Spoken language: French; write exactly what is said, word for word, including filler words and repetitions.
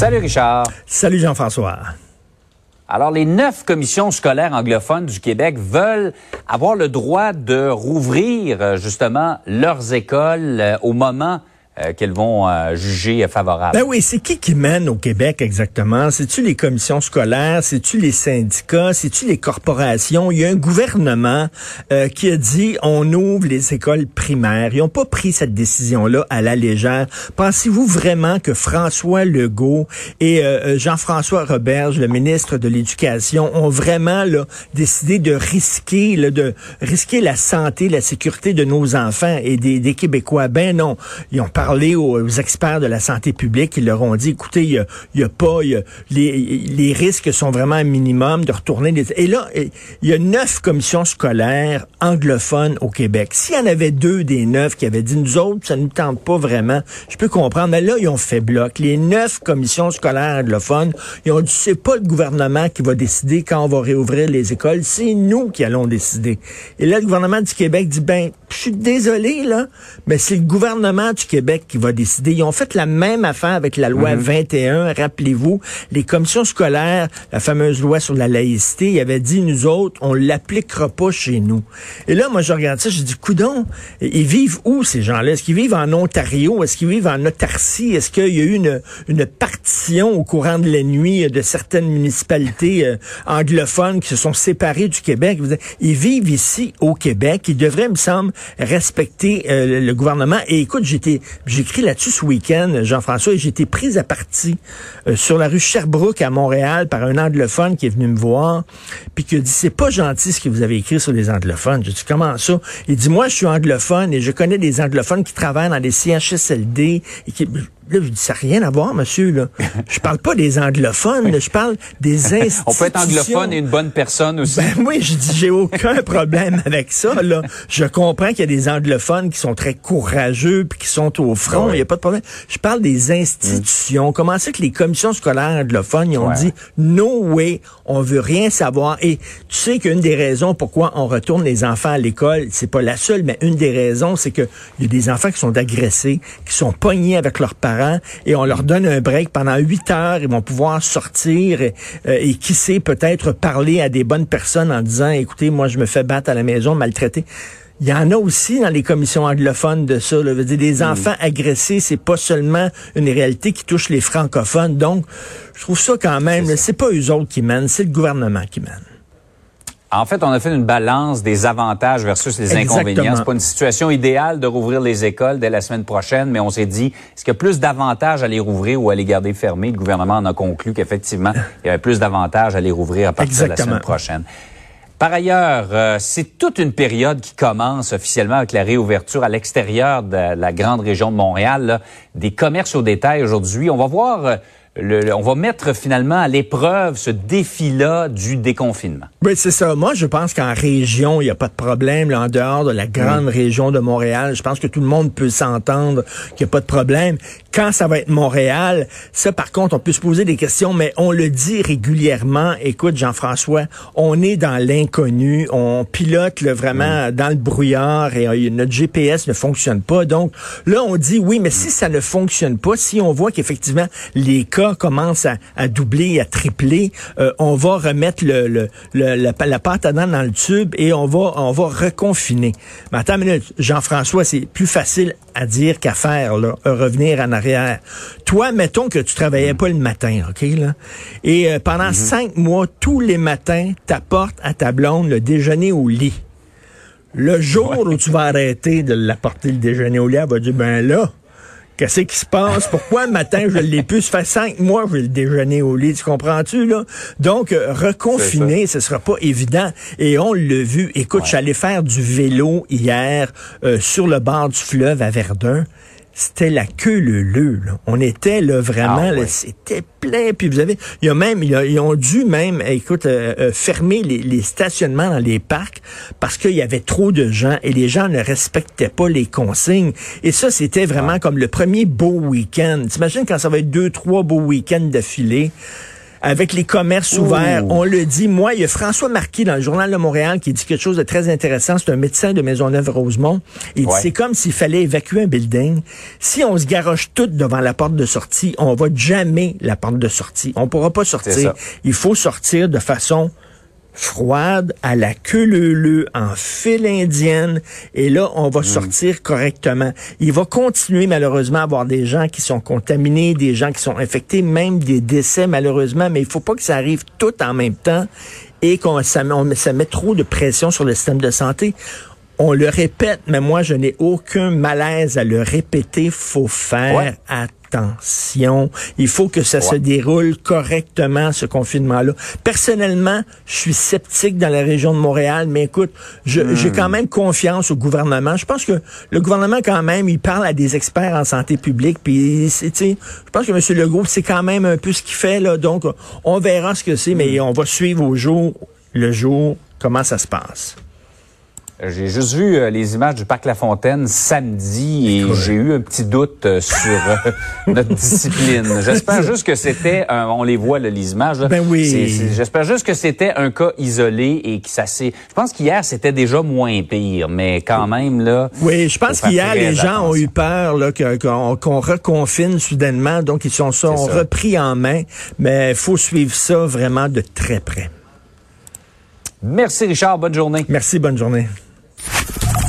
Salut Richard. Salut Jean-François. Alors, les neuf commissions scolaires anglophones du Québec veulent avoir le droit de rouvrir justement leurs écoles euh, au moment Euh, qu'elles vont euh, juger favorable. Ben oui, c'est qui qui mène au Québec exactement? C'est-tu les commissions scolaires? C'est-tu les syndicats? C'est-tu les corporations? Il y a un gouvernement euh, qui a dit on ouvre les écoles primaires. Ils n'ont pas pris cette décision-là à la légère. Pensez-vous vraiment que François Legault et euh, Jean-François Roberge, le ministre de l'Éducation, ont vraiment là, décidé de risquer, là, de risquer la santé, la sécurité de nos enfants et des, des Québécois? Ben non. Ils ont parlé aux, aux experts de la santé publique, ils leur ont dit, écoutez, il y a, y a pas, y a, les, les risques sont vraiment un minimum de retourner. Les... Et là, il y a neuf commissions scolaires anglophones au Québec. S'il y en avait deux des neuf qui avaient dit, nous autres, ça ne nous tente pas vraiment, je peux comprendre, mais là, ils ont fait bloc. Les neuf commissions scolaires anglophones, ils ont dit, c'est pas le gouvernement qui va décider quand on va réouvrir les écoles, c'est nous qui allons décider. Et là, le gouvernement du Québec dit, ben, je suis désolé, là, mais c'est le gouvernement du Québec qui va décider. Ils ont fait la même affaire avec la loi mm-hmm. vingt et un. Rappelez-vous, les commissions scolaires, la fameuse loi sur la laïcité, ils avaient dit, nous autres, on l'appliquera pas chez nous. Et là, moi, je regarde ça, je dis, coudon, ils vivent où, ces gens-là? Est-ce qu'ils vivent en Ontario? Est-ce qu'ils vivent en Autarcie? Est-ce qu'il y a eu une, une partition au courant de la nuit de certaines municipalités euh, anglophones qui se sont séparées du Québec? Ils vivent ici, au Québec. Ils devraient, me semble, respecter euh, le, le gouvernement. Et écoute, j'étais J'ai écrit là-dessus ce week-end, Jean-François, et j'ai été prise à partie euh, sur la rue Sherbrooke à Montréal par un anglophone qui est venu me voir, puis qui a dit, c'est pas gentil ce que vous avez écrit sur les anglophones. J'ai dit, comment ça? Il dit, moi, je suis anglophone et je connais des anglophones qui travaillent dans des C H S L D et qui... Là, je dis, ça n'a rien à voir, monsieur, là. Je parle pas des anglophones, là, je parle des institutions. On peut être anglophone et une bonne personne aussi. Ben oui, je dis, j'ai aucun problème avec ça, là. Je comprends qu'il y a des anglophones qui sont très courageux puis qui sont au front, il oui. n'y a pas de problème. Je parle des institutions. Mm. Comment c'est que les commissions scolaires anglophones, ils ont ouais. dit, no way, on veut rien savoir. Et tu sais qu'une des raisons pourquoi on retourne les enfants à l'école, c'est pas la seule, mais une des raisons, c'est que il y a des enfants qui sont agressés, qui sont pognés avec leurs parents, et on leur donne un break pendant huit heures, ils vont pouvoir sortir et, euh, et qui sait, peut-être parler à des bonnes personnes en disant, écoutez, moi je me fais battre à la maison, maltraité. Il y en a aussi dans les commissions anglophones de ça. Là. Dire, des mmh. enfants agressés, c'est pas seulement une réalité qui touche les francophones. Donc, je trouve ça quand même, c'est, c'est pas eux autres qui mènent, c'est le gouvernement qui mène. En fait, on a fait une balance des avantages versus les Exactement. inconvénients. C'est pas une situation idéale de rouvrir les écoles dès la semaine prochaine, mais on s'est dit, est-ce qu'il y a plus d'avantages à les rouvrir ou à les garder fermées? Le gouvernement en a conclu qu'effectivement, il y avait plus d'avantages à les rouvrir à partir Exactement. de la semaine prochaine. Par ailleurs, euh, c'est toute une période qui commence officiellement avec la réouverture à l'extérieur de la grande région de Montréal, là, des commerces au détail aujourd'hui. On va voir... Euh, Le, le, on va mettre finalement à l'épreuve ce défi-là du déconfinement. Oui, c'est ça. Moi, je pense qu'en région, il n'y a pas de problème. Là, en dehors de la grande mmh. région de Montréal, je pense que tout le monde peut s'entendre qu'il n'y a pas de problème. Quand ça va être Montréal, ça, par contre, on peut se poser des questions, mais on le dit régulièrement. Écoute, Jean-François, on est dans l'inconnu. On pilote là, vraiment mmh. dans le brouillard et euh, notre G P S ne fonctionne pas. Donc, là, on dit, oui, mais si ça ne fonctionne pas, si on voit qu'effectivement, les cas commence à, à doubler, à tripler, euh, on va remettre le, le, le, la, la pâte à dents dans le tube et on va, on va reconfiner. Mais attends une minute, Jean-François, c'est plus facile à dire qu'à faire, là, revenir en arrière. Toi, mettons que tu travaillais pas le matin, OK, là, et euh, pendant mm-hmm. cinq mois, tous les matins, t'apportes à ta blonde le déjeuner au lit. Le jour ouais. où tu vas arrêter de l'apporter le déjeuner au lit, elle va dire, ben là, qu'est-ce qui se passe? Pourquoi le matin, je l'ai plus? Ça fait cinq mois que je vais le déjeuner au lit. Tu comprends-tu, là? Donc, euh, reconfiner, ce sera pas évident. Et on l'a vu. Écoute, ouais. je suis allé faire du vélo hier euh, sur le bord du fleuve à Verdun. C'était la queue leu-leu, là. On était là vraiment, ah, là, ouais. c'était plein. Puis vous avez, il y a même, il a, ils ont dû même, écoute, euh, euh, fermer les, les stationnements dans les parcs parce qu'il y avait trop de gens et les gens ne respectaient pas les consignes. Et ça, c'était vraiment ah. comme le premier beau week-end. T'imagines quand ça va être deux, trois beaux week-ends d'affilée. avec les commerces Ouh. ouverts. On le dit. Moi, il y a François Marquis dans le Journal de Montréal qui dit quelque chose de très intéressant. C'est un médecin de Maisonneuve-Rosemont. Il dit, ouais. c'est comme s'il fallait évacuer un building. Si on se garoche tout devant la porte de sortie, on va jamais la porte de sortie. On pourra pas sortir. Il faut sortir de façon froide, à la queue leu-leu, en file indienne, et là, on va mmh. sortir correctement. Il va continuer, malheureusement, à avoir des gens qui sont contaminés, des gens qui sont infectés, même des décès, malheureusement, mais il faut pas que ça arrive tout en même temps et qu'on ça, on, ça met trop de pression sur le système de santé. On le répète, mais moi, je n'ai aucun malaise à le répéter. Faut faire ouais. attention. Il faut que ça ouais. se déroule correctement, ce confinement-là. Personnellement, je suis sceptique dans la région de Montréal, mais écoute, je, mmh. j'ai quand même confiance au gouvernement. Je pense que le gouvernement, quand même, il parle à des experts en santé publique, puis, tu sais, je pense que M. Legault, c'est quand même un peu ce qu'il fait, là. Donc, on verra ce que c'est, mmh. mais on va suivre au jour, le jour, comment ça se passe. J'ai juste vu euh, les images du Parc La Fontaine samedi et cool. j'ai eu un petit doute euh, sur euh, notre discipline. J'espère juste que c'était, un, on les voit là, les images. Là. Ben oui. C'est, c'est, j'espère juste que c'était un cas isolé et que ça s'est. Je pense qu'hier c'était déjà moins pire, mais quand même là. Oui, je pense qu'hier les gens attention. ont eu peur là que, qu'on, qu'on reconfine soudainement, donc ils sont, sont repris en main. Mais il faut suivre ça vraiment de très près. Merci Richard, bonne journée. Merci, bonne journée.